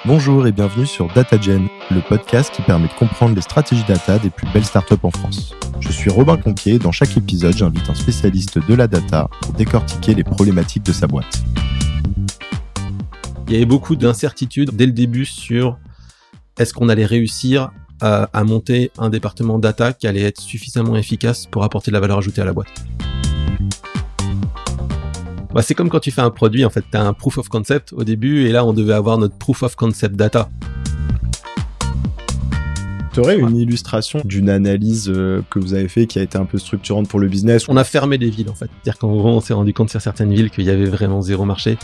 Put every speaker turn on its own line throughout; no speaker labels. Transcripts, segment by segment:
Bonjour et bienvenue sur DataGen, le podcast qui permet de comprendre les stratégies data des plus belles startups en France. Je suis Robin Conquier et dans chaque épisode, j'invite un spécialiste de la data pour décortiquer les problématiques de sa boîte.
Il y avait beaucoup d'incertitudes dès le début sur est-ce qu'on allait réussir à monter un département data qui allait être suffisamment efficace pour apporter de la valeur ajoutée à la boîte. C'est comme quand tu fais un produit, en fait, tu as un proof of concept au début, et là, on devait avoir notre proof of concept data.
Tu aurais une illustration d'une analyse que vous avez fait qui a été un peu structurante pour le business?
On a fermé des villes, en fait. C'est-à-dire qu'en gros, on s'est rendu compte sur certaines villes qu'il y avait vraiment zéro marché.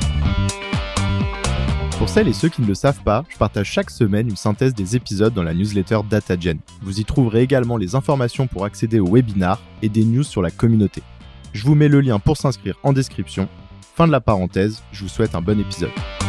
Pour celles et ceux qui ne le savent pas, je partage chaque semaine une synthèse des épisodes dans la newsletter DataGen. Vous y trouverez également les informations pour accéder au webinar et des news sur la communauté. Je vous mets le lien pour s'inscrire en description. Fin de la parenthèse, je vous souhaite un bon épisode.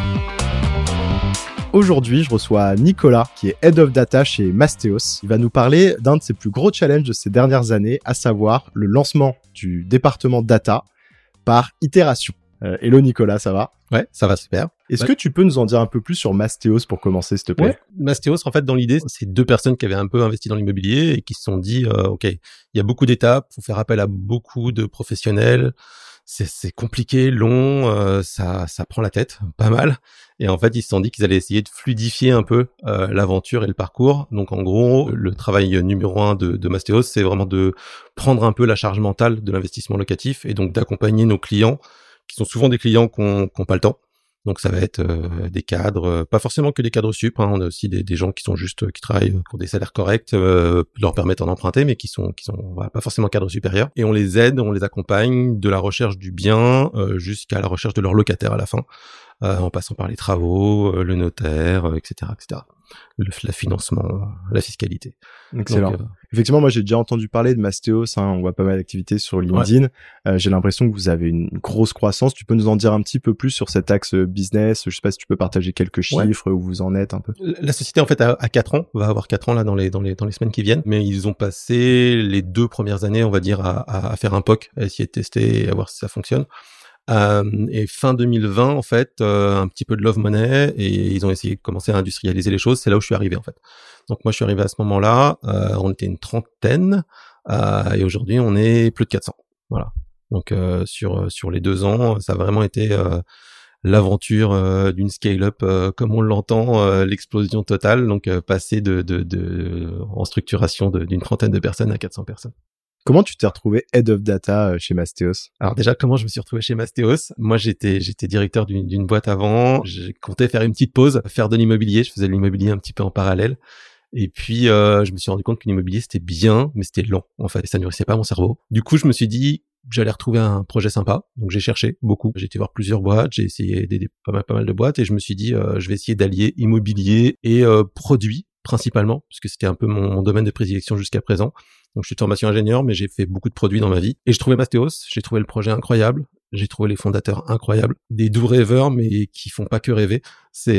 Aujourd'hui, je reçois Nicolas, qui est Head of Data chez Mastéos. Il va nous parler d'un de ses plus gros challenges de ces dernières années, à savoir le lancement du département data par itération. Hello Nicolas, ça va?
Ouais, ça va super.
Est-ce que tu peux nous en dire un peu plus sur Mastéos pour commencer, s'il te plaît?
Ouais. Mastéos, en fait, dans l'idée, c'est deux personnes qui avaient un peu investi dans l'immobilier et qui se sont dit, OK, il y a beaucoup d'étapes, faut faire appel à beaucoup de professionnels, c'est compliqué, long, ça prend la tête, pas mal. Et en fait, ils se sont dit qu'ils allaient essayer de fluidifier un peu l'aventure et le parcours. Donc, en gros, le travail numéro 1 de Mastéos, c'est vraiment de prendre un peu la charge mentale de l'investissement locatif et donc d'accompagner nos clients, qui sont souvent des clients qui n'ont pas le temps. Donc ça va être des cadres, pas forcément que des cadres sup, on a aussi des gens qui sont juste qui travaillent pour des salaires corrects, leur permettant d'emprunter, mais qui sont pas forcément cadres supérieurs. Et on les aide, on les accompagne de la recherche du bien jusqu'à la recherche de leur locataire à la fin, en passant par les travaux, le notaire, etc., etc. Le financement, la fiscalité.
Excellent.
Donc,
effectivement, moi j'ai déjà entendu parler de Mastéos, on voit pas mal d'activités sur LinkedIn. Ouais. J'ai l'impression que vous avez une grosse croissance. Tu peux nous en dire un petit peu plus sur cet axe business? Je sais pas si tu peux partager quelques chiffres où vous en êtes un peu.
La société en fait a 4 ans, va avoir 4 ans là dans les semaines qui viennent, mais ils ont passé les 2 premières années, on va dire, à faire un POC, à essayer de tester et à voir si ça fonctionne. Et fin 2020, en fait, un petit peu de love money, et ils ont essayé de commencer à industrialiser les choses. C'est là où je suis arrivé, en fait. Donc moi, je suis arrivé à ce moment-là. On était une trentaine, et aujourd'hui, on est plus de 400. Voilà. Donc sur les 2 ans, ça a vraiment été l'aventure d'une scale-up comme on l'entend, l'explosion totale. Donc passer en structuration d'une trentaine de personnes à 400 personnes.
Comment tu t'es retrouvé Head of Data chez Mastéos?
Alors déjà, comment je me suis retrouvé chez Mastéos? Moi, j'étais directeur d'une boîte avant. Je comptais faire une petite pause, faire de l'immobilier. Je faisais de l'immobilier un petit peu en parallèle. Et puis, je me suis rendu compte que l'immobilier, c'était bien, mais c'était lent, en fait. Et ça nourrissait pas mon cerveau. Du coup, je me suis dit, j'allais retrouver un projet sympa. Donc, j'ai cherché beaucoup. J'ai été voir plusieurs boîtes. J'ai essayé d'aider pas mal de boîtes. Et je me suis dit, je vais essayer d'allier immobilier et produits, principalement, puisque c'était un peu mon domaine de prédilection jusqu'à présent. Donc, je suis de formation ingénieur, mais j'ai fait beaucoup de produits dans ma vie. Et j'ai trouvé Mastéos, j'ai trouvé le projet incroyable, j'ai trouvé les fondateurs incroyables, des doux rêveurs, mais qui font pas que rêver. C'est,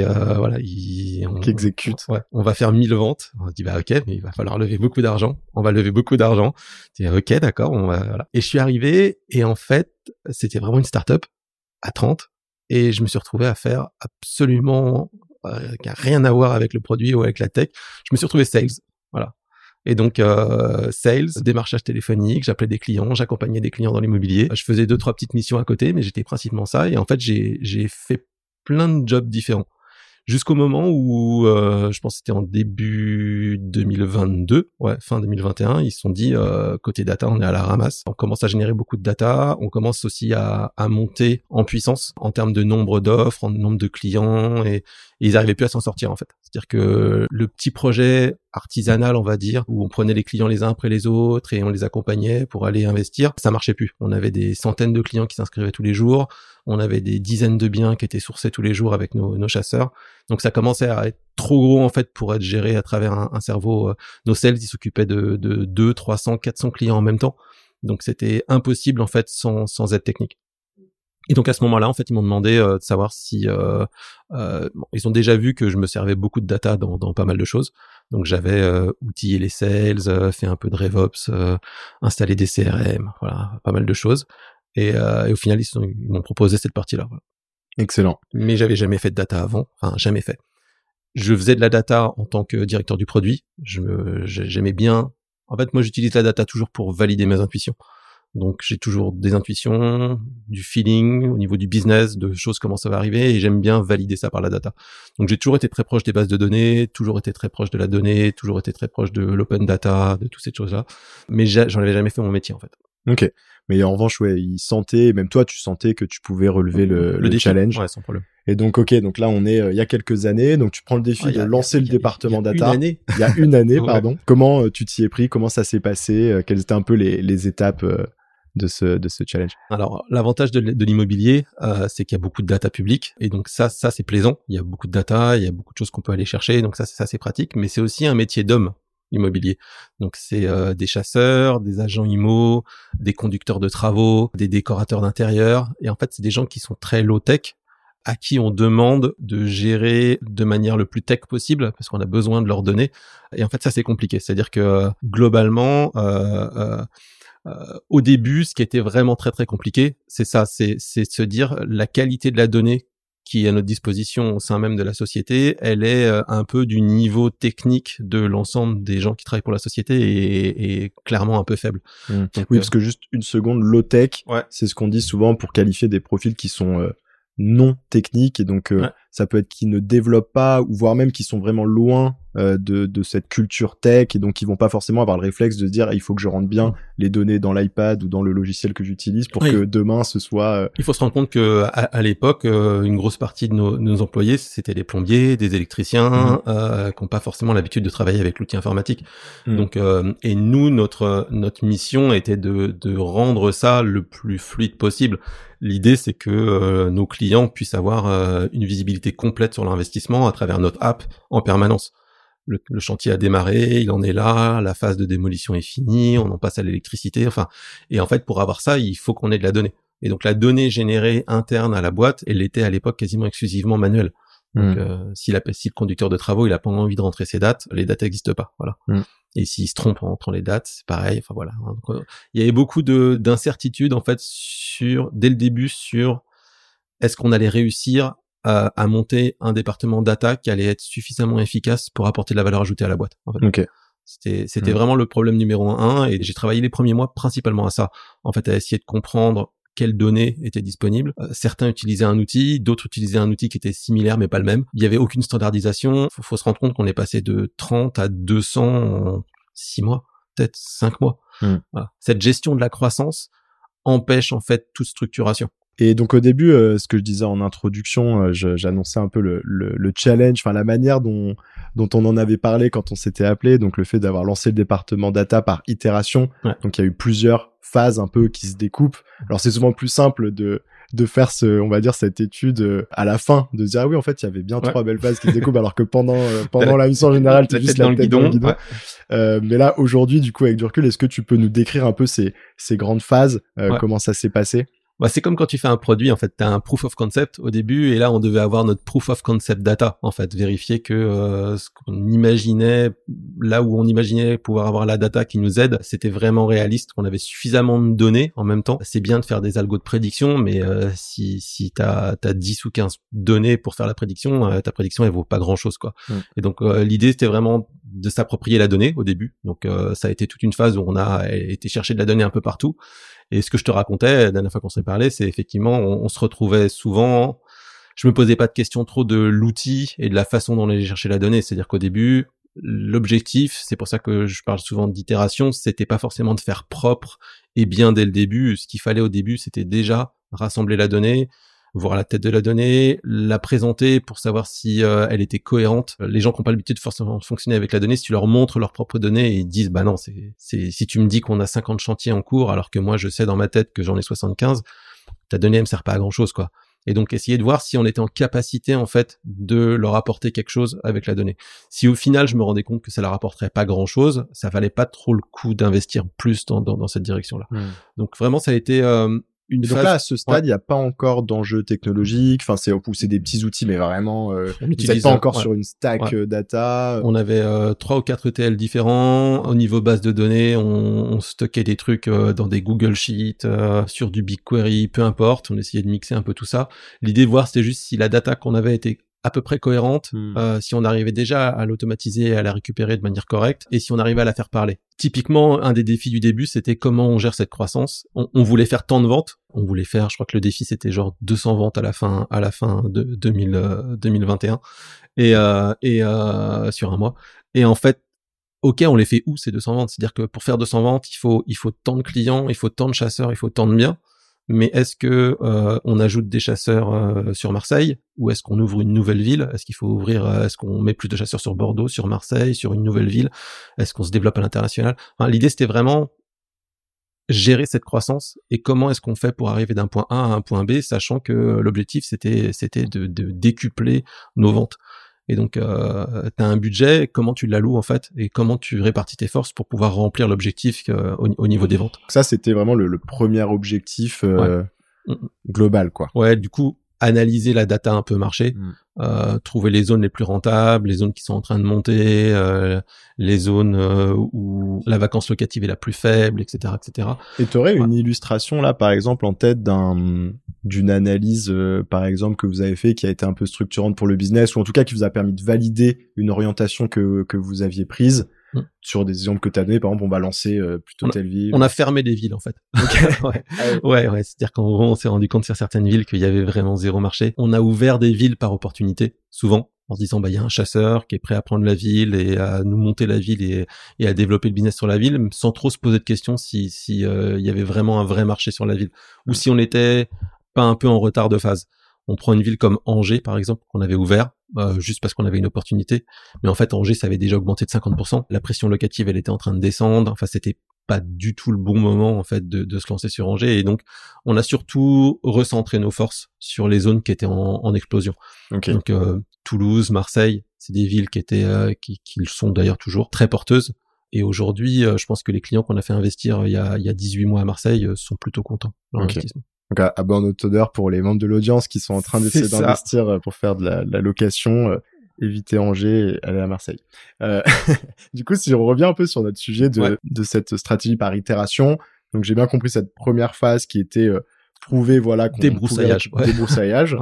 qui
exécutent.
On va faire 1000 ventes. On se dit, OK, mais il va falloir lever beaucoup d'argent. On va lever beaucoup d'argent. C'est OK, d'accord, voilà. Et je suis arrivé, et en fait, c'était vraiment une start-up à 30, et je me suis retrouvé à faire absolument, qui a rien à voir avec le produit ou avec la tech. Je me suis retrouvé sales. Voilà. Et donc, sales, démarchage téléphonique, j'appelais des clients, j'accompagnais des clients dans l'immobilier. Je faisais 2-3 petites missions à côté, mais j'étais principalement ça. Et en fait, j'ai fait plein de jobs différents. Jusqu'au moment où, je pense que c'était en début 2022, fin 2021, ils se sont dit, côté data, on est à la ramasse. On commence à générer beaucoup de data, on commence aussi à monter en puissance en termes de nombre d'offres, en nombre de clients, et ils n'arrivaient plus à s'en sortir, en fait. C'est-à-dire que le petit projet artisanal, on va dire, où on prenait les clients les uns après les autres et on les accompagnait pour aller investir, ça marchait plus. On avait des centaines de clients qui s'inscrivaient tous les jours, on avait des dizaines de biens qui étaient sourcés tous les jours avec nos chasseurs. Donc ça commençait à être trop gros, en fait, pour être géré à travers un cerveau. Nos sales, ils s'occupaient de 200, 300, 400 clients en même temps. Donc c'était impossible, en fait, sans aide technique. Et donc à ce moment-là, en fait, ils m'ont demandé de savoir si ils ont déjà vu que je me servais beaucoup de data dans pas mal de choses. Donc j'avais outillé les sales, fait un peu de RevOps, installé des CRM, voilà, pas mal de choses. Et au final, ils m'ont proposé cette partie-là. Voilà.
Excellent.
Mais j'avais jamais fait de data avant, enfin jamais fait. Je faisais de la data en tant que directeur du produit. J'aimais bien. En fait, moi, j'utilise la data toujours pour valider mes intuitions. Donc, j'ai toujours des intuitions, du feeling au niveau du business, de choses, comment ça va arriver, et j'aime bien valider ça par la data. Donc, j'ai toujours été très proche des bases de données, toujours été très proche de la donnée, toujours été très proche de l'open data, de toutes ces choses-là. Mais j'en avais jamais fait mon métier, en fait.
Ok. Mais en revanche, ouais, il sentait, même toi, tu sentais que tu pouvais relever le challenge.
Ouais, sans problème.
Et donc, ok, donc là, on est il y a quelques années. Donc, tu prends le défi de lancer le département data.
Il
y a une année,
ouais.
pardon. Comment tu t'y es pris? Comment ça s'est passé? Quelles étaient un peu les étapes de ce challenge?
Alors, l'avantage de l'immobilier, c'est qu'il y a beaucoup de data publique. Et donc, ça, c'est plaisant. Il y a beaucoup de data, il y a beaucoup de choses qu'on peut aller chercher. Donc, ça, c'est pratique. Mais c'est aussi un métier d'homme, immobilier. Donc, c'est des chasseurs, des agents IMO, des conducteurs de travaux, des décorateurs d'intérieur. Et en fait, c'est des gens qui sont très low-tech, à qui on demande de gérer de manière le plus tech possible, parce qu'on a besoin de leurs données. Et en fait, ça, c'est compliqué. C'est-à-dire que, globalement, au début, ce qui était vraiment très très compliqué, c'est ça, c'est de se dire la qualité de la donnée qui est à notre disposition au sein même de la société, elle est un peu du niveau technique de l'ensemble des gens qui travaillent pour la société et clairement un peu faible.
Donc, oui, parce que juste une seconde, low-tech,
ouais.
C'est ce qu'on dit souvent pour qualifier des profils qui sont non techniques, et donc
ouais.
ça peut être qui ne développent pas, ou voire même qui sont vraiment loin de cette culture tech, et donc ils vont pas forcément avoir le réflexe de se dire il faut que je rentre bien les données dans l'iPad ou dans le logiciel que j'utilise pour que demain ce soit
Il faut se rendre compte que à l'époque une grosse partie de nos employés c'était des plombiers, des électriciens qui n'ont pas forcément l'habitude de travailler avec l'outil informatique. Donc et nous notre mission était de rendre ça le plus fluide possible. L'idée, c'est que nos clients puissent avoir une visibilité complète sur l'investissement à travers notre app en permanence. Le chantier a démarré, il en est là, la phase de démolition est finie, on en passe à l'électricité, enfin. Et en fait, pour avoir ça, il faut qu'on ait de la donnée. Et donc, la donnée générée interne à la boîte, elle était à l'époque quasiment exclusivement manuelle. Donc, si le conducteur de travaux, il a pas envie de rentrer ses dates, les dates n'existent pas, voilà. Et s'il se trompe en rentrant les dates, c'est pareil, enfin voilà. Donc, il y avait beaucoup d'incertitudes, en fait, dès le début, sur est-ce qu'on allait réussir à monter un département data qui allait être suffisamment efficace pour apporter de la valeur ajoutée à la boîte. En fait.
Okay.
C'était vraiment le problème numéro 1, et j'ai travaillé les premiers mois principalement à ça, en fait, à essayer de comprendre quelles données étaient disponibles. Certains utilisaient un outil, d'autres utilisaient un outil qui était similaire mais pas le même. Il y avait aucune standardisation. Faut se rendre compte qu'on est passé de 30 à 200 en 6 mois, peut-être 5 mois. Voilà. Cette gestion de la croissance empêche en fait toute structuration.
Et donc au début, ce que je disais en introduction, j'annonçais un peu le challenge, enfin la manière dont on en avait parlé quand on s'était appelé, donc le fait d'avoir lancé le département data par itération. Ouais. Donc il y a eu plusieurs phases un peu qui se découpent. Alors c'est souvent plus simple de faire on va dire cette étude à la fin, de se dire ah oui en fait il y avait bien 3 belles phases qui se découpent, alors que pendant la mission générale t'es juste la tête dans le guidon. Ouais. Mais là aujourd'hui du coup avec du recul, est-ce que tu peux nous décrire un peu ces grandes phases, comment ça s'est passé?
Bah, c'est comme quand tu fais un produit, en fait, t'as un proof of concept au début, et là, on devait avoir notre proof of concept data, en fait, vérifier que ce qu'on imaginait, là où on imaginait pouvoir avoir la data qui nous aide, c'était vraiment réaliste, qu'on avait suffisamment de données en même temps. C'est bien de faire des algos de prédiction, mais si t'as 10 ou 15 données pour faire la prédiction, ta prédiction, elle vaut pas grand-chose, quoi. Et donc, l'idée, c'était vraiment de s'approprier la donnée au début. Donc, ça a été toute une phase où on a été chercher de la donnée un peu partout. Et ce que je te racontais la dernière fois qu'on s'est parlé, c'est effectivement, on se retrouvait souvent, je me posais pas de questions trop de l'outil et de la façon dont on allait chercher la donnée. C'est-à-dire qu'au début, l'objectif, c'est pour ça que je parle souvent d'itération, c'était pas forcément de faire propre et bien dès le début. Ce qu'il fallait au début, c'était déjà rassembler la donnée, voir la tête de la donnée, la présenter pour savoir si elle était cohérente. Les gens qui n'ont pas l'habitude de forcément fonctionner avec la donnée, si tu leur montres leurs propres données et ils disent bah non, c'est si tu me dis qu'on a 50 chantiers en cours alors que moi je sais dans ma tête que j'en ai 75, ta donnée elle me sert pas à grand chose, quoi. Et donc essayer de voir si on était en capacité en fait de leur apporter quelque chose avec la donnée. Si au final je me rendais compte que ça leur apporterait pas grand chose, ça valait pas trop le coup d'investir plus dans cette direction-là. Donc vraiment ça a été
donc là, à ce stade, il n'y a pas encore d'enjeux technologiques. Enfin, c'est des petits outils, mais vraiment, vous n'êtes pas encore sur une stack data.
On avait 3 ou 4 ETL différents. Au niveau base de données, on stockait des trucs dans des Google Sheets, sur du BigQuery, peu importe. On essayait de mixer un peu tout ça. L'idée de voir, c'était juste si la data qu'on avait était à peu près cohérente, si on arrivait déjà à l'automatiser et à la récupérer de manière correcte, et si on arrivait à la faire parler. Typiquement, un des défis du début, c'était comment on gère cette croissance. On voulait faire tant de ventes. On voulait faire, je crois que le défi, c'était genre 200 ventes à la fin de 2021. Et sur un mois. Et en fait, ok, on les fait où ces 200 ventes? C'est-à-dire que pour faire 200 ventes, il faut tant de clients, il faut tant de chasseurs, il faut tant de biens. Mais est-ce que on ajoute des chasseurs sur Marseille, ou est-ce qu'on ouvre une nouvelle ville? Est-ce qu'il faut ouvrir, est-ce qu'on met plus de chasseurs sur Bordeaux, sur Marseille, sur une nouvelle ville? Est-ce qu'on se développe à l'international? Enfin, l'idée, c'était vraiment gérer cette croissance, et comment est-ce qu'on fait pour arriver d'un point A à un point B, sachant que l'objectif c'était de décupler nos ventes. Et donc t'as un budget, comment tu l'alloues en fait, et comment tu répartis tes forces pour pouvoir remplir l'objectif au niveau des ventes.
Ça c'était vraiment le premier objectif global, quoi.
Ouais, du coup analyser la data un peu marché, trouver les zones les plus rentables, les zones qui sont en train de monter, les zones où la vacance locative est la plus faible, etc., etc.
Et t'aurais une illustration là, par exemple, en tête d'une analyse, par exemple, que vous avez fait, qui a été un peu structurante pour le business, ou en tout cas qui vous a permis de valider une orientation que vous aviez prise, sur des exemples que tu as donnés. Par exemple, on va lancer plutôt telle ville.
On a fermé des villes en fait. Ouais. C'est-à-dire qu'en gros, on s'est rendu compte sur certaines villes qu'il y avait vraiment zéro marché. On a ouvert des villes par opportunité, souvent, en se disant il y a un chasseur qui est prêt à prendre la ville et à nous monter la ville et à développer le business sur la ville, sans trop se poser de questions si y avait vraiment un vrai marché sur la ville, ou si on était pas un peu en retard de phase. On prend une ville comme Angers, par exemple, qu'on avait ouvert, juste parce qu'on avait une opportunité. Mais en fait, Angers, ça avait déjà augmenté de 50%. La pression locative, elle était en train de descendre. Enfin, c'était pas du tout le bon moment, en fait, de se lancer sur Angers. Et donc, on a surtout recentré nos forces sur les zones qui étaient en explosion.
Okay.
Donc, Toulouse, Marseille, c'est des villes qui étaient, qui le sont d'ailleurs toujours, très porteuses. Et aujourd'hui, je pense que les clients qu'on a fait investir il y a 18 mois à Marseille sont plutôt contents de l'investissement.
Donc à bonne haute odeur pour les membres de l'audience qui sont en train d'essayer d'investir pour faire de la location, éviter Angers et aller à Marseille. Du coup, si on revient un peu sur notre sujet de cette stratégie par itération, donc j'ai bien compris cette première phase qui était prouver qu'on
débroussaillage.
Débroussaillage.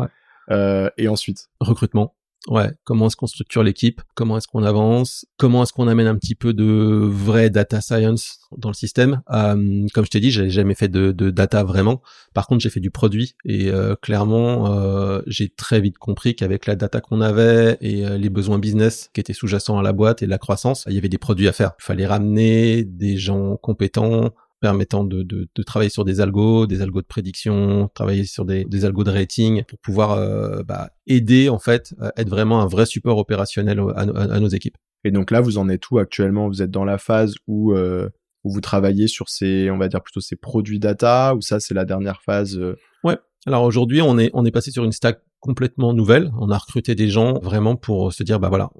Et ensuite
recrutement. Ouais, comment est-ce qu'on structure l'équipe, comment est-ce qu'on avance, comment est-ce qu'on amène un petit peu de vrai data science dans le système. Comme je t'ai dit, j'ai jamais fait de data vraiment. Par contre, j'ai fait du produit et clairement, j'ai très vite compris qu'avec la data qu'on avait et les besoins business qui étaient sous-jacents à la boîte et la croissance, il y avait des produits à faire. Il fallait ramener des gens compétents, permettant de travailler sur des algos de prédiction, travailler sur des algos de rating pour pouvoir aider en fait, être vraiment un vrai support opérationnel à nos équipes.
Et donc là, vous en êtes où actuellement? Vous êtes dans la phase où vous travaillez sur ces produits data, ou ça c'est la dernière phase?
Ouais. Alors aujourd'hui, on est passé sur une stack complètement nouvelle. On a recruté des gens vraiment pour se dire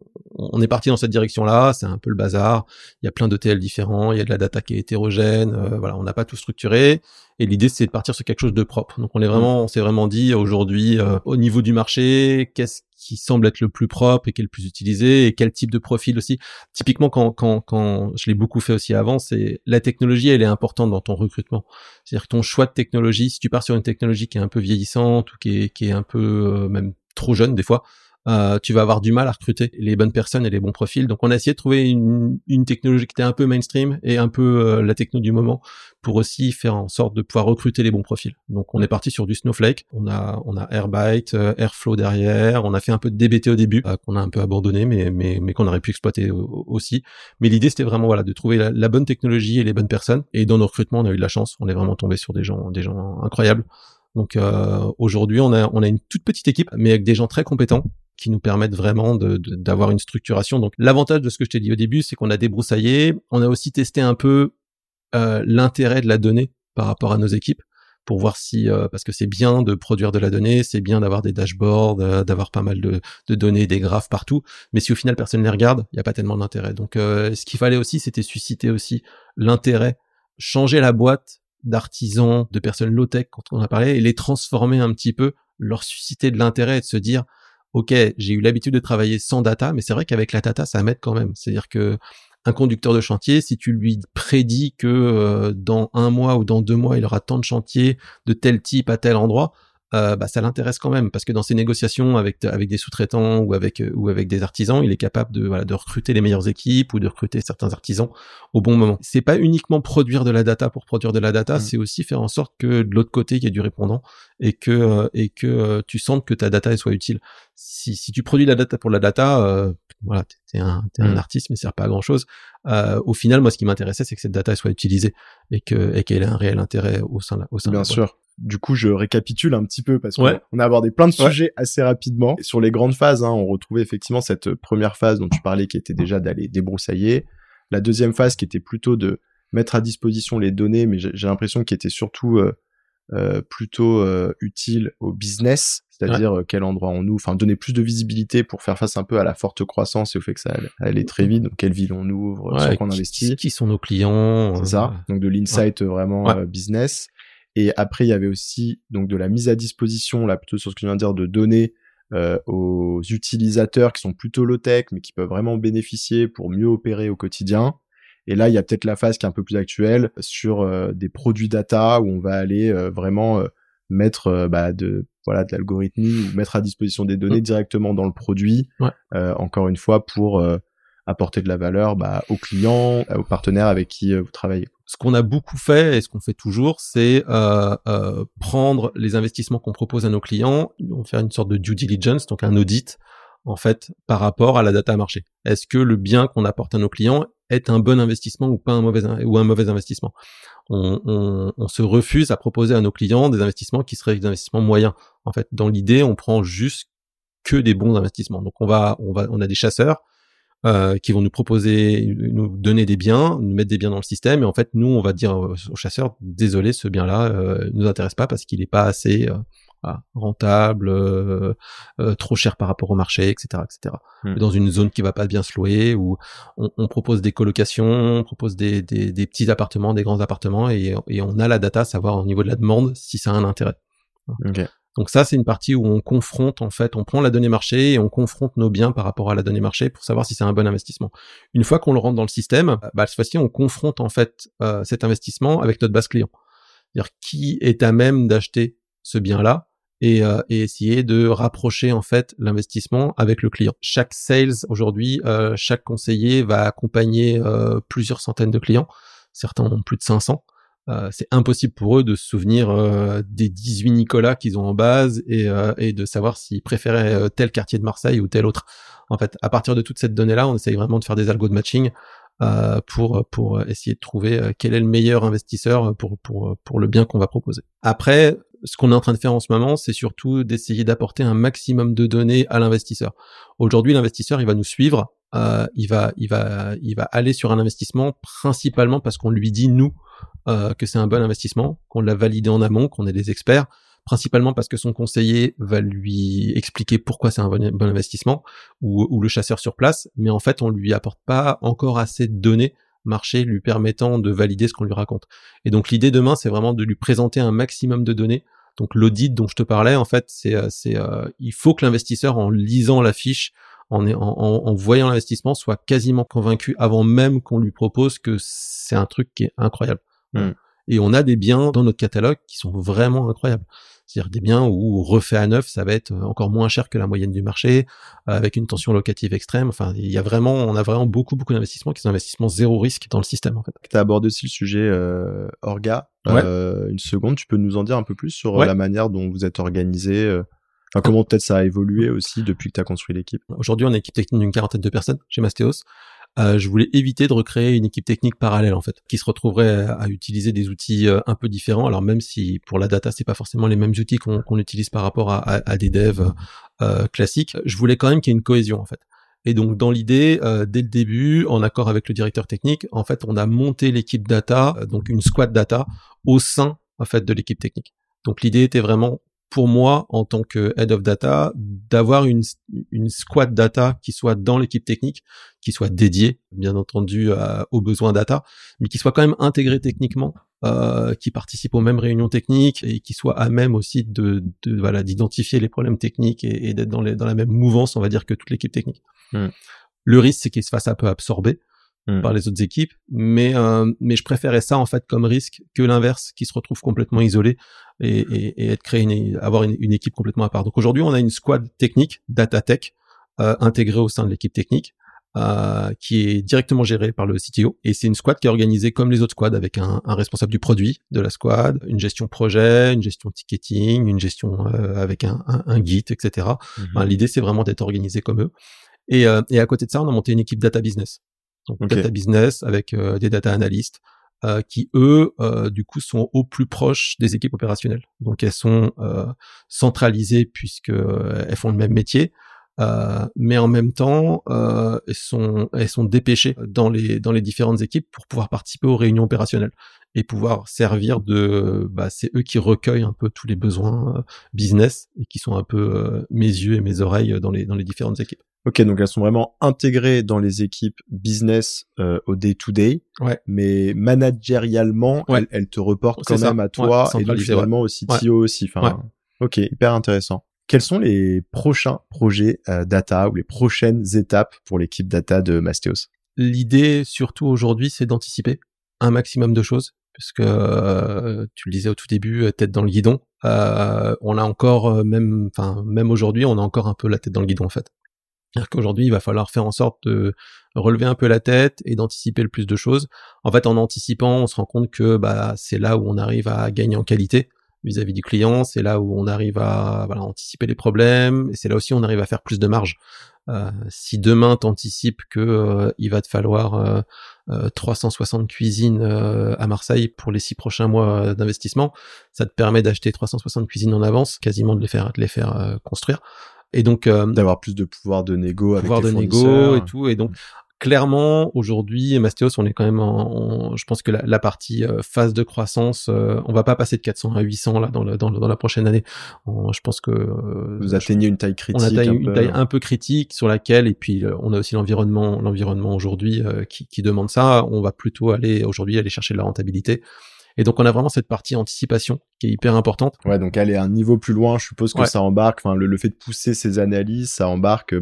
on est parti dans cette direction-là, c'est un peu le bazar, il y a plein d'ETL différents, il y a de la data qui est hétérogène, on n'a pas tout structuré, et l'idée c'est de partir sur quelque chose de propre. Donc on s'est vraiment dit aujourd'hui, au niveau du marché, qu'est-ce qui semble être le plus propre et qui est le plus utilisé, et quel type de profil aussi. Typiquement quand je l'ai beaucoup fait aussi avant, c'est la technologie, elle est importante dans ton recrutement. C'est-à-dire que ton choix de technologie, si tu pars sur une technologie qui est un peu vieillissante ou qui est un peu même trop jeune des fois, tu vas avoir du mal à recruter les bonnes personnes et les bons profils. Donc on a essayé de trouver une technologie qui était un peu mainstream et un peu la techno du moment, pour aussi faire en sorte de pouvoir recruter les bons profils. Donc on est parti sur du Snowflake, on a Airbyte, Airflow derrière, on a fait un peu de DBT au début, qu'on a un peu abandonné mais qu'on aurait pu exploiter aussi. Mais l'idée c'était vraiment de trouver la bonne technologie et les bonnes personnes. Et dans nos recrutements, on a eu de la chance, on est vraiment tombé sur des gens incroyables. Donc aujourd'hui, on a une toute petite équipe, mais avec des gens très compétents qui nous permettent vraiment d'avoir une structuration. Donc l'avantage de ce que je t'ai dit au début, c'est qu'on a débroussaillé, on a aussi testé un peu l'intérêt de la donnée par rapport à nos équipes, pour voir si, parce que c'est bien de produire de la donnée, c'est bien d'avoir des dashboards, d'avoir pas mal de données, des graphes partout, mais si au final personne ne les regarde, il n'y a pas tellement d'intérêt. Donc ce qu'il fallait aussi, c'était susciter aussi l'intérêt, changer la boîte d'artisans, de personnes low-tech quand on a parlé, et les transformer un petit peu, leur susciter de l'intérêt et de se dire ok, j'ai eu l'habitude de travailler sans data, mais c'est vrai qu'avec la data, ça m'aide quand même. C'est-à-dire que un conducteur de chantier, si tu lui prédis que dans 1 mois ou dans 2 mois, il aura tant de chantiers de tel type à tel endroit, ça l'intéresse quand même, parce que dans ses négociations avec des sous-traitants ou avec des artisans, il est capable de recruter les meilleures équipes ou de recruter certains artisans au bon moment. C'est pas uniquement produire de la data pour produire de la data, c'est aussi faire en sorte que de l'autre côté il y ait du répondant et que tu sentes que ta data elle soit utile. Si tu produis la data pour la data, t'es un artiste mais ça sert pas à grand chose. Au final, moi ce qui m'intéressait c'est que cette data elle soit utilisée et qu'elle ait un réel intérêt au sein
Bien sûr. Du coup, je récapitule un petit peu parce qu'on a abordé plein de sujets assez rapidement. Et sur les grandes phases, on retrouvait effectivement cette première phase dont tu parlais qui était déjà d'aller débroussailler. La deuxième phase qui était plutôt de mettre à disposition les données, mais j'ai l'impression qu'il était surtout plutôt utile au business, c'est-à-dire quel endroit on ouvre, enfin donner plus de visibilité pour faire face un peu à la forte croissance et au fait que ça allait très vite, donc quelle ville on ouvre, sur quoi on investit.
Qui sont nos clients.
C'est ça, donc de l'insight vraiment business. Et après, il y avait aussi donc de la mise à disposition, là plutôt sur ce que je viens de dire, de données aux utilisateurs qui sont plutôt low-tech, mais qui peuvent vraiment bénéficier pour mieux opérer au quotidien. Et là, il y a peut-être la phase qui est un peu plus actuelle sur des produits data où on va aller vraiment mettre de l'algorithmie ou mettre à disposition des données directement dans le produit. Encore une fois, pour apporter de la valeur aux clients, aux partenaires avec qui vous travaillez.
Ce qu'on a beaucoup fait et ce qu'on fait toujours, c'est prendre les investissements qu'on propose à nos clients, on faire une sorte de due diligence, donc un audit en fait par rapport à la data marché. Est-ce que le bien qu'on apporte à nos clients est un bon investissement ou pas un mauvais investissement? On se refuse à proposer à nos clients des investissements qui seraient des investissements moyens. En fait, dans l'idée, on prend juste que des bons investissements. Donc on a des chasseurs qui vont nous donner des biens, nous mettre des biens dans le système, et en fait nous on va dire aux chasseurs désolé, ce bien-là nous intéresse pas parce qu'il est pas assez rentable, trop cher par rapport au marché, etc. Dans une zone qui va pas bien se louer, où on propose des colocations, on propose des petits appartements, des grands appartements, et on a la data, savoir au niveau de la demande si ça a un intérêt.
Okay.
Donc ça, c'est une partie où on confronte, en fait, on prend la donnée marché et on confronte nos biens par rapport à la donnée marché pour savoir si c'est un bon investissement. Une fois qu'on le rentre dans le système, cette fois-ci, on confronte en fait cet investissement avec notre base client. C'est-à-dire qui est à même d'acheter ce bien-là et essayer de rapprocher en fait l'investissement avec le client. Chaque sales aujourd'hui, chaque conseiller va accompagner plusieurs centaines de clients. Certains ont plus de 500. C'est impossible pour eux de se souvenir des 18 Nicolas qu'ils ont en base et de savoir s'ils préféraient tel quartier de Marseille ou tel autre. En fait, à partir de toute cette donnée-là, on essaye vraiment de faire des algos de matching pour essayer de trouver quel est le meilleur investisseur pour le bien qu'on va proposer. Après, ce qu'on est en train de faire en ce moment, c'est surtout d'essayer d'apporter un maximum de données à l'investisseur. Aujourd'hui, l'investisseur, il va nous suivre, il va aller sur un investissement principalement parce qu'on lui dit nous que c'est un bon investissement, qu'on l'a validé en amont, qu'on est des experts, principalement parce que son conseiller va lui expliquer pourquoi c'est un bon investissement, ou le chasseur sur place, mais en fait on lui apporte pas encore assez de données marché lui permettant de valider ce qu'on lui raconte. Et donc l'idée demain, c'est vraiment de lui présenter un maximum de données. Donc l'audit dont je te parlais, en fait, c'est il faut que l'investisseur, en lisant la fiche, en voyant l'investissement, soit quasiment convaincu avant même qu'on lui propose que c'est un truc qui est incroyable. Et on a des biens dans notre catalogue qui sont vraiment incroyables. C'est-à-dire des biens où refait à neuf, ça va être encore moins cher que la moyenne du marché, avec une tension locative extrême. Enfin, on a vraiment beaucoup d'investissements qui sont investissements zéro risque dans le système, en fait.
Tu as abordé aussi le sujet orga. Une seconde, tu peux nous en dire un peu plus sur la manière dont vous êtes organisé, comment peut-être ça a évolué aussi depuis que tu as construit l'équipe.
Aujourd'hui, on a une équipe technique d'une 40aine de personnes chez Mastéos. Je voulais éviter de recréer une équipe technique parallèle, en fait, qui se retrouverait à utiliser des outils un peu différents. Alors même si pour la data, c'est pas forcément les mêmes outils qu'on utilise par rapport à des devs classiques, je voulais quand même qu'il y ait une cohésion, en fait. Et donc dans l'idée, dès le début, en accord avec le directeur technique, en fait, on a monté l'équipe data, donc une squad data, au sein en fait de l'équipe technique. Donc l'idée était vraiment, pour moi, en tant que head of data, d'avoir une squad data qui soit dans l'équipe technique, qui soit dédiée, bien entendu, aux besoins data, mais qui soit quand même intégrée techniquement, qui participe aux mêmes réunions techniques et qui soit à même aussi d'identifier les problèmes techniques et d'être dans la même mouvance, on va dire, que toute l'équipe technique. Le risque, c'est qu'il se fasse un peu absorber. par les autres équipes, mais je préférais ça en fait comme risque que l'inverse, qui se retrouve complètement isolé et être avoir une équipe complètement à part. Donc aujourd'hui, on a une squad technique, data tech, intégrée au sein de l'équipe technique, qui est directement gérée par le CTO, et c'est une squad qui est organisée comme les autres squads, avec un responsable du produit de la squad, une gestion projet, une gestion ticketing, une gestion avec un Git, etc. Enfin, l'idée, c'est vraiment d'être organisé comme eux. Et à côté de ça, on a monté une équipe data business. Donc data business avec des data analystes qui eux du coup sont au plus proche des équipes opérationnelles. Donc elles sont centralisées puisque elles font le même métier, mais en même temps elles sont dépêchées dans les différentes équipes pour pouvoir participer aux réunions opérationnelles et pouvoir servir c'est eux qui recueillent un peu tous les besoins business et qui sont un peu mes yeux et mes oreilles dans les différentes équipes.
Ok, donc elles sont vraiment intégrées dans les équipes business au day-to-day, mais managérialement, elles te reportent quand même à toi et donc finalement au CTO aussi. Enfin, ok, hyper intéressant. Quels sont les prochains projets data ou les prochaines étapes pour l'équipe data de Mastéos?
L'idée, surtout aujourd'hui, c'est d'anticiper un maximum de choses, puisque tu le disais au tout début, tête dans le guidon. On a encore même aujourd'hui, on a encore un peu la tête dans le guidon en fait. C'est-à-dire qu'aujourd'hui, il va falloir faire en sorte de relever un peu la tête et d'anticiper le plus de choses. En fait, en anticipant, on se rend compte que c'est là où on arrive à gagner en qualité vis-à-vis du client, c'est là où on arrive à anticiper les problèmes, et c'est là aussi où on arrive à faire plus de marge. Si demain t'anticipes que il va te falloir 360 cuisines à Marseille pour les 6 prochains mois d'investissement, ça te permet d'acheter 360 cuisines en avance, quasiment de les faire construire. Et donc
d'avoir plus de pouvoir de négo avec
les fournisseurs et tout. Et donc clairement aujourd'hui, Mastéos, on est quand même je pense que la partie phase de croissance, on va pas passer de 400 à 800 là dans la prochaine année. Je pense que
vous atteignez une taille critique.
On atteint une taille un peu critique sur laquelle, et puis on a aussi l'environnement aujourd'hui qui demande ça. On va plutôt aller chercher de la rentabilité. Et donc on a vraiment cette partie anticipation qui est hyper importante.
Ouais, donc aller à un niveau plus loin, je suppose que ça embarque, enfin le fait de pousser ces analyses, ça embarque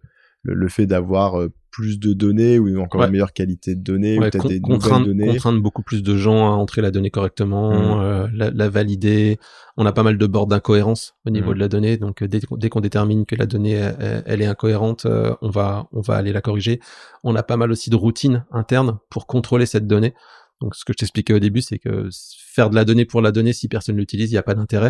le fait d'avoir plus de données ou encore une meilleure qualité de données, ou peut-être des nouvelles données.
Contraindre beaucoup plus de gens à entrer la donnée correctement, la valider. On a pas mal de bords d'incohérence au niveau de la donnée, donc dès qu'on détermine que la donnée elle est incohérente, on va aller la corriger. On a pas mal aussi de routines internes pour contrôler cette donnée. Donc, ce que je t'expliquais au début, c'est que faire de la donnée pour la donnée, si personne l'utilise, il n'y a pas d'intérêt.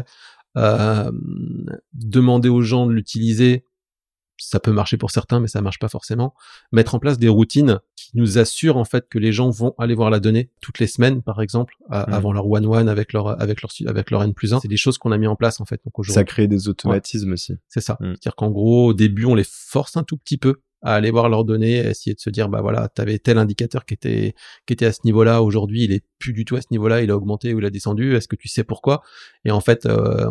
Demander aux gens de l'utiliser, ça peut marcher pour certains, mais ça marche pas forcément. Mettre en place des routines qui nous assurent en fait que les gens vont aller voir la donnée toutes les semaines, par exemple, avant leur one-one avec leur N+1. C'est des choses qu'on a mis en place en fait. Donc aujourd'hui,
ça crée des automatismes aussi.
C'est ça. C'est-à-dire qu'en gros, au début, on les force un tout petit peu à aller voir leurs données, à essayer de se dire t'avais tel indicateur qui était à ce niveau-là, aujourd'hui il est plus du tout à ce niveau-là, il a augmenté ou il a descendu, est-ce que tu sais pourquoi? Et en fait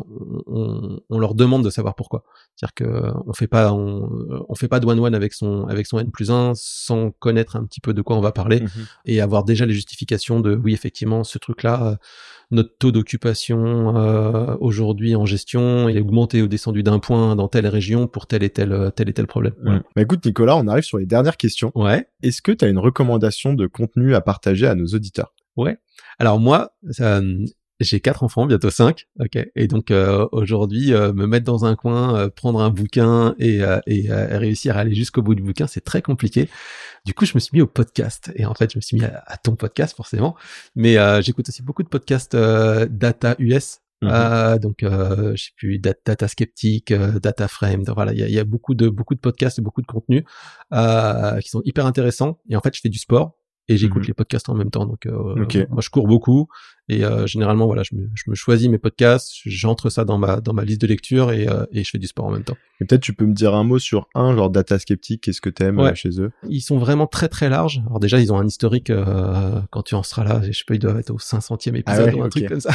on leur demande de savoir pourquoi. C'est-à-dire que on fait pas de one-one avec son N+1 sans connaître un petit peu de quoi on va parler et avoir déjà les justifications de oui effectivement ce truc-là, notre taux d'occupation aujourd'hui en gestion il est augmenté ou descendu d'un point dans telle région pour tel et tel problème. Voilà.
Bah écoute Nicolas, on arrive sur les dernières questions.
Ouais.
Est-ce que tu as une recommandation de contenu à partager à nos auditeurs?
Ouais. Alors moi, j'ai 4 enfants, bientôt 5. Ok. Et donc aujourd'hui, me mettre dans un coin, prendre un bouquin et réussir à aller jusqu'au bout du bouquin, c'est très compliqué. Du coup, je me suis mis au podcast. Et en fait, je me suis mis à ton podcast forcément. Mais j'écoute aussi beaucoup de podcasts data US. Donc je sais plus, data skeptique, data frame, voilà, il y a beaucoup de podcasts et beaucoup de contenus qui sont hyper intéressants. Et en fait, je fais du sport et j'écoute les podcasts en même temps. Donc moi je cours beaucoup et généralement voilà, je me choisis mes podcasts, j'entre ça dans ma liste de lecture et je fais du sport en même temps.
Et peut-être tu peux me dire un mot sur genre data skeptique, qu'est-ce que t'aimes chez eux?
Ils sont vraiment très très larges. Alors déjà ils ont un historique quand tu en seras là, je sais pas, ils doivent être au 500e épisode ou un truc comme ça.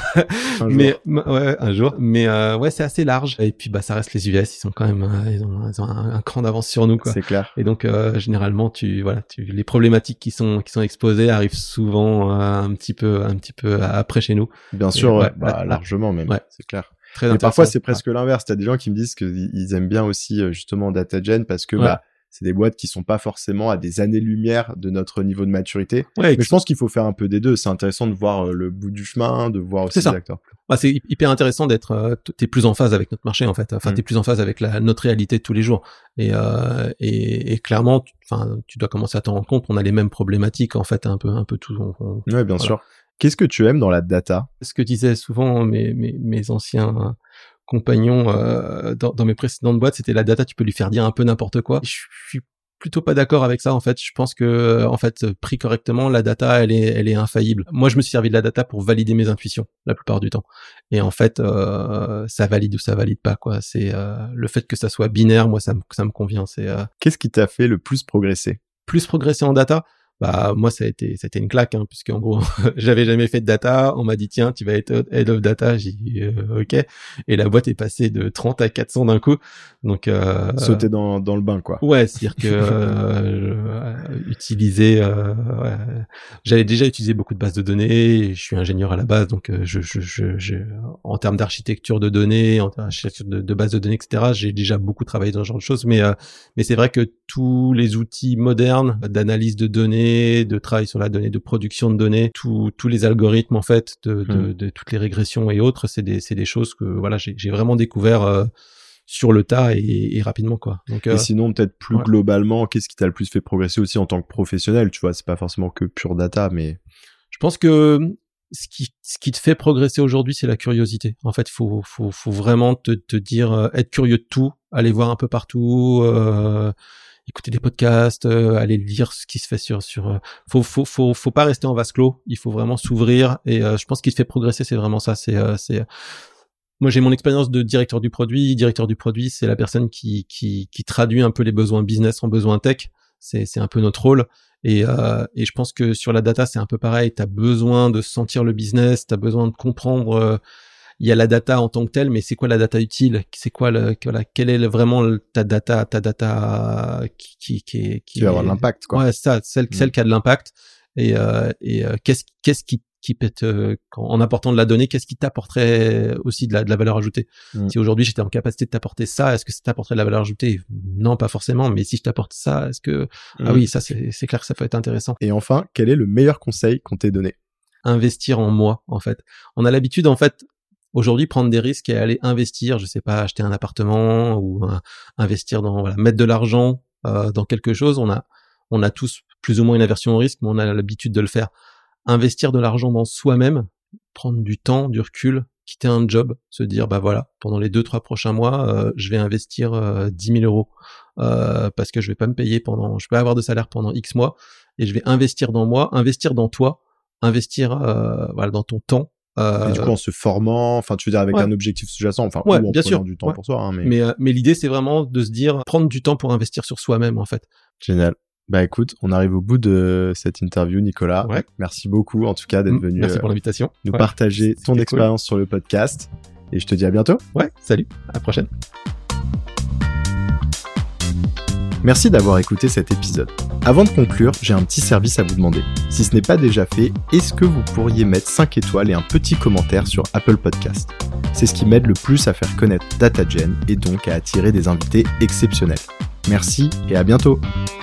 Un jour. Mais c'est assez large. Et puis ça reste les US, ils sont quand même ils ont un cran d'avance sur nous quoi.
C'est clair.
Et donc généralement les problématiques qui sont exposées arrivent souvent un petit peu après chez nous.
Bien sûr, largement même, c'est clair. Mais parfois c'est presque l'inverse. T'as des gens qui me disent qu'ils aiment bien aussi justement DataGen parce que c'est des boîtes qui sont pas forcément à des années-lumière de notre niveau de maturité.
Ouais,
mais je pense qu'il faut faire un peu des deux. C'est intéressant de voir le bout du chemin, de voir aussi les acteurs.
Bah, c'est hyper intéressant d'être, t'es plus en phase avec notre marché, en fait. Enfin, t'es plus en phase avec notre réalité de tous les jours. Et clairement, tu dois commencer à t'en rendre compte. On a les mêmes problématiques, en fait, un peu tout.
Ouais, bien sûr. Qu'est-ce que tu aimes dans la data?
Ce que disaient souvent mes anciens compagnons dans mes précédentes boîtes, c'était la data, tu peux lui faire dire un peu n'importe quoi. Je suis plutôt pas d'accord avec ça, en fait. Je pense que, en fait, pris correctement, la data, elle est infaillible. Moi, je me suis servi de la data pour valider mes intuitions, la plupart du temps. Et en fait, ça valide ou ça valide pas, quoi. C'est le fait que ça soit binaire, moi, ça me convient.
Qu'est-ce qui t'a fait le plus progresser?
Plus progresser en data? Bah, moi, ça a été une claque, hein, puisque en gros, j'avais jamais fait de data. On m'a dit, tiens, tu vas être head of data. J'ai dit, ok. Et la boîte est passée de 30 à 400 d'un coup. Donc,
sauter dans le bain, quoi.
Ouais, c'est-à-dire que, utiliser, j'avais déjà utilisé beaucoup de bases de données. Je suis ingénieur à la base, donc, en termes d'architecture de données, en termes d'architecture de bases de données, etc., j'ai déjà beaucoup travaillé dans ce genre de choses. Mais c'est vrai que tous les outils modernes d'analyse de données, de travail sur la donnée, de production de données, tous les algorithmes en fait, de toutes les régressions et autres, c'est des choses que voilà, j'ai vraiment découvert sur le tas et rapidement, quoi. Donc,
et sinon, peut-être plus globalement, qu'est-ce qui t'a le plus fait progresser aussi en tant que professionnel? Tu vois, c'est pas forcément que pure data, mais
je pense que ce qui te fait progresser aujourd'hui, c'est la curiosité. En fait, faut vraiment te dire, être curieux de tout, aller voir un peu partout, écouter des podcasts, aller lire ce qui se fait sur faut pas rester en vase clos, il faut vraiment s'ouvrir et je pense qu'il te fait progresser, c'est vraiment ça, c'est moi j'ai mon expérience de directeur du produit, c'est la personne qui traduit un peu les besoins business en besoins tech, c'est un peu notre rôle et je pense que sur la data, c'est un peu pareil, tu as besoin de sentir le business, tu as besoin de comprendre il y a la data en tant que telle, mais c'est quoi la data utile? C'est quoi quelle est vraiment ta data qui
va avoir de l'impact, quoi.
Ouais, ça, celle qui a de l'impact. Et qu'est-ce qui peut en apportant de la donnée, qu'est-ce qui t'apporterait aussi de la valeur ajoutée? Si aujourd'hui j'étais en capacité de t'apporter ça, est-ce que ça t'apporterait de la valeur ajoutée? Non, pas forcément, mais si je t'apporte ça, est-ce que ah oui, ça c'est clair que ça peut être intéressant.
Et enfin, quel est le meilleur conseil qu'on t'ait donné?
Investir en moi, en fait. On a l'habitude, en fait, aujourd'hui, prendre des risques et aller investir, je sais pas, acheter un appartement ou investir mettre de l'argent dans quelque chose. On a tous plus ou moins une aversion au risque, mais on a l'habitude de le faire. Investir de l'argent dans soi-même, prendre du temps, du recul, quitter un job, se dire bah voilà, pendant les 2-3 prochains mois, je vais investir 10 000 euros parce que je vais pas me payer je vais avoir de salaire pendant X mois et je vais investir dans moi, investir dans toi, investir dans ton temps.
Et du coup, en se formant, enfin, tu veux dire avec un objectif sous-jacent, enfin, ou en
bien sûr,
prenant du temps pour soi, hein,
mais l'idée, c'est vraiment de se dire, prendre du temps pour investir sur soi-même, en fait.
Génial. Bah, écoute, on arrive au bout de cette interview, Nicolas.
Ouais.
Merci beaucoup, en tout cas, d'être venu.
Merci pour l'invitation.
Nous partager ton expérience sur le podcast. Et je te dis à bientôt.
Ouais, salut. À la prochaine.
Merci d'avoir écouté cet épisode. Avant de conclure, j'ai un petit service à vous demander. Si ce n'est pas déjà fait, est-ce que vous pourriez mettre 5 étoiles et un petit commentaire sur Apple Podcast? C'est ce qui m'aide le plus à faire connaître DataGen et donc à attirer des invités exceptionnels. Merci et à bientôt.